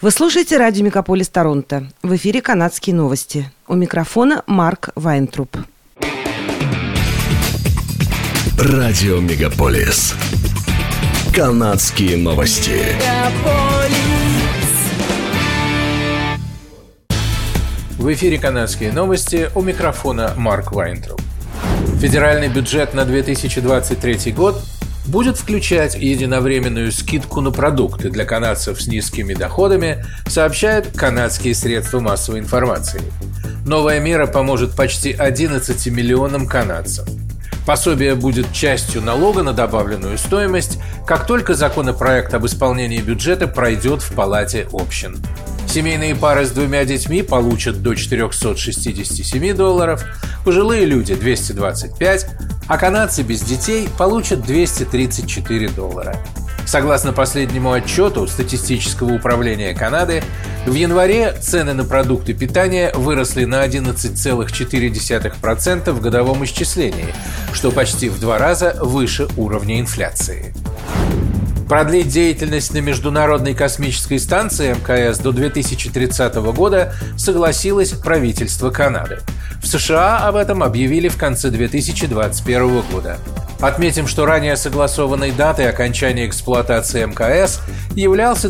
Вы слушаете радио «Мегаполис Торонто». В эфире канадские новости. У микрофона Марк Вайнтруп. Радио «Мегаполис». Канадские новости. В эфире канадские новости. У микрофона Марк Вайнтруп. Федеральный бюджет на 2023 год будет включать единовременную скидку на продукты для канадцев с низкими доходами, сообщают канадские средства массовой информации. Новая мера поможет почти 11 миллионам канадцев. Пособие будет частью налога на добавленную стоимость, как только законопроект об исполнении бюджета пройдет в Палате общин. Семейные пары с 2 детьми получат до $467, пожилые люди – $225, а канадцы без детей получат $234. Согласно последнему отчету Статистического управления Канады, в январе цены на продукты питания выросли на 11,4% в годовом исчислении, что почти в 2 раза выше уровня инфляции. Продлить деятельность на Международной космической станции МКС до 2030 года согласилось правительство Канады. В США об этом объявили в конце 2021 года. Отметим, что ранее согласованной датой окончания эксплуатации МКС являлся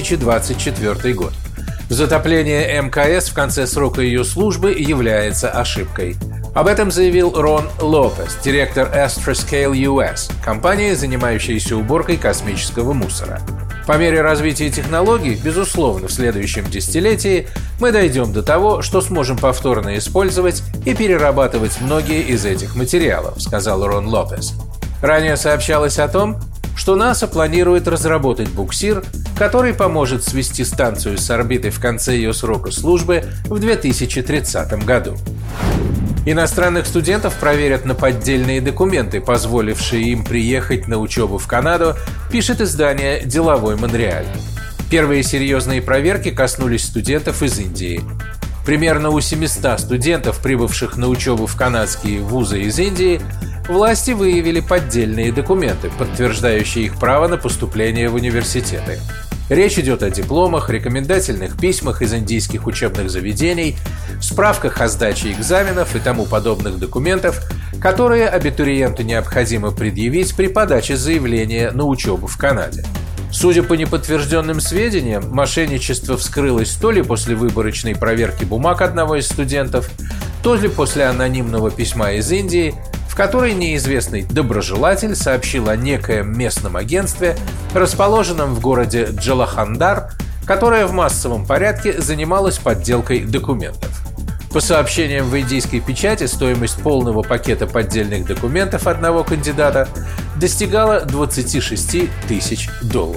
2024 год. Затопление МКС в конце срока ее службы является ошибкой. Об этом заявил Рон Лопес, директор Astroscale US, компании, занимающейся уборкой космического мусора. По мере развития технологий, безусловно, в следующем десятилетии мы дойдем до того, что сможем повторно использовать и перерабатывать многие из этих материалов, сказал Рон Лопес. Ранее сообщалось о том, что НАСА планирует разработать буксир, который поможет свести станцию с орбиты в конце ее срока службы в 2030 году. Иностранных студентов проверят на поддельные документы, позволившие им приехать на учебу в Канаду, пишет издание «Деловой Монреаль». Первые серьезные проверки коснулись студентов из Индии. Примерно у 700 студентов, прибывших на учебу в канадские вузы из Индии, власти выявили поддельные документы, подтверждающие их право на поступление в университеты. Речь идет о дипломах, рекомендательных письмах из индийских учебных заведений, справках о сдаче экзаменов и тому подобных документов, которые абитуриенту необходимо предъявить при подаче заявления на учебу в Канаде. Судя по неподтвержденным сведениям, мошенничество вскрылось то ли после выборочной проверки бумаг одного из студентов, то ли после анонимного письма из Индии, в которой неизвестный доброжелатель сообщил о некоем местном агентстве, расположенном в городе Джалахандар, которое в массовом порядке занималось подделкой документов. По сообщениям в индийской печати, стоимость полного пакета поддельных документов одного кандидата достигала $26 тысяч.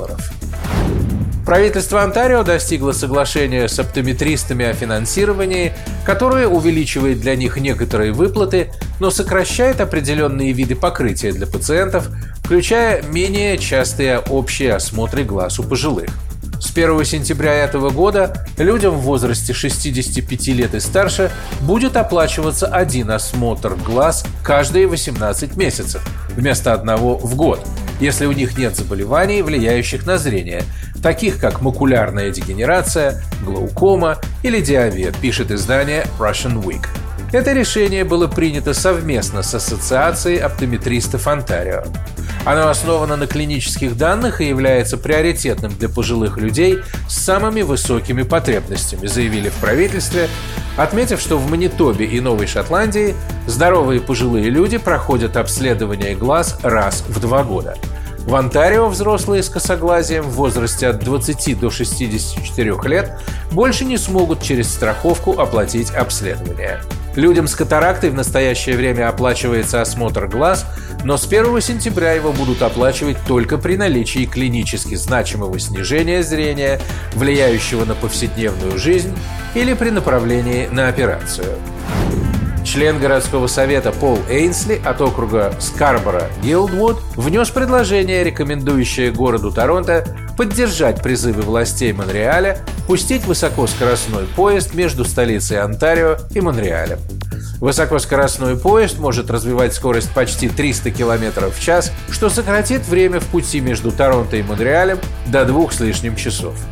Правительство Онтарио достигло соглашения с оптометристами о финансировании, которое увеличивает для них некоторые выплаты, но сокращает определенные виды покрытия для пациентов, включая менее частые общие осмотры глаз у пожилых. С 1 сентября этого года людям в возрасте 65 лет и старше будет оплачиваться один осмотр глаз каждые 18 месяцев, вместо одного в год, если у них нет заболеваний, влияющих на зрение, таких как макулярная дегенерация, глаукома или диабет, пишет издание Russian Week. Это решение было принято совместно с Ассоциацией оптометристов Онтарио. Оно основано на клинических данных и является приоритетным для пожилых людей с самыми высокими потребностями, заявили в правительстве, отметив, что в Манитобе и Новой Шотландии здоровые пожилые люди проходят обследование глаз раз в 2 года. В Онтарио взрослые с косоглазием в возрасте от 20 до 64 лет больше не смогут через страховку оплатить обследование. Людям с катарактой в настоящее время оплачивается осмотр глаз, но с 1 сентября его будут оплачивать только при наличии клинически значимого снижения зрения, влияющего на повседневную жизнь, или при направлении на операцию. Член городского совета Пол Эйнсли от округа Скарборо-Гилдвуд внес предложение, рекомендующее городу Торонто поддержать призывы властей Монреаля пустить высокоскоростной поезд между столицей Онтарио и Монреалем. Высокоскоростной поезд может развивать скорость почти 300 км в час, что сократит время в пути между Торонто и Монреалем до 2 с лишним часов.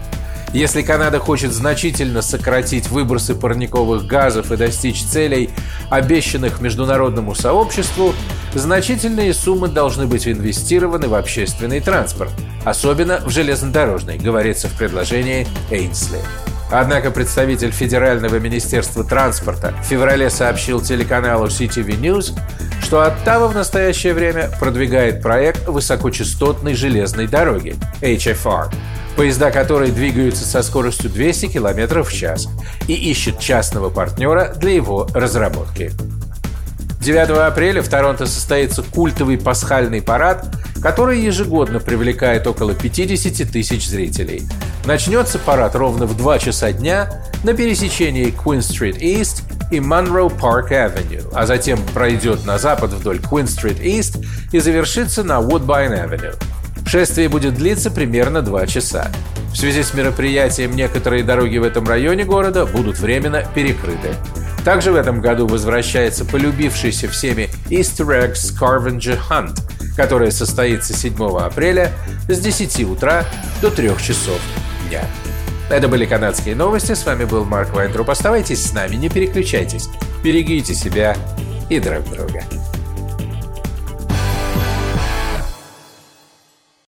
Если Канада хочет значительно сократить выбросы парниковых газов и достичь целей, обещанных международному сообществу, значительные суммы должны быть инвестированы в общественный транспорт, особенно в железнодорожный, говорится в предложении Эйнсли. Однако представитель Федерального министерства транспорта в феврале сообщил телеканалу CTV News, что Оттава в настоящее время продвигает проект высокочастотной железной дороги HFR, поезда которой двигаются со скоростью 200 км в час, и ищет частного партнера для его разработки. 9 апреля в Торонто состоится культовый пасхальный парад, который ежегодно привлекает около 50 тысяч зрителей. Начнется парад ровно в 2 часа дня на пересечении Queen-Street East и Monroe Park Avenue, а затем пройдет на запад вдоль Queen-Street East и завершится на Woodbine Avenue. Шествие будет длиться примерно 2 часа. В связи с мероприятием некоторые дороги в этом районе города будут временно перекрыты. Также в этом году возвращается полюбившийся всеми Easter Egg Scavenger Hunt, которая состоится 7 апреля с 10 утра до 3 часов дня. Это были канадские новости. С вами был Марк Вайнтруп. Оставайтесь с нами, не переключайтесь. Берегите себя и друг друга.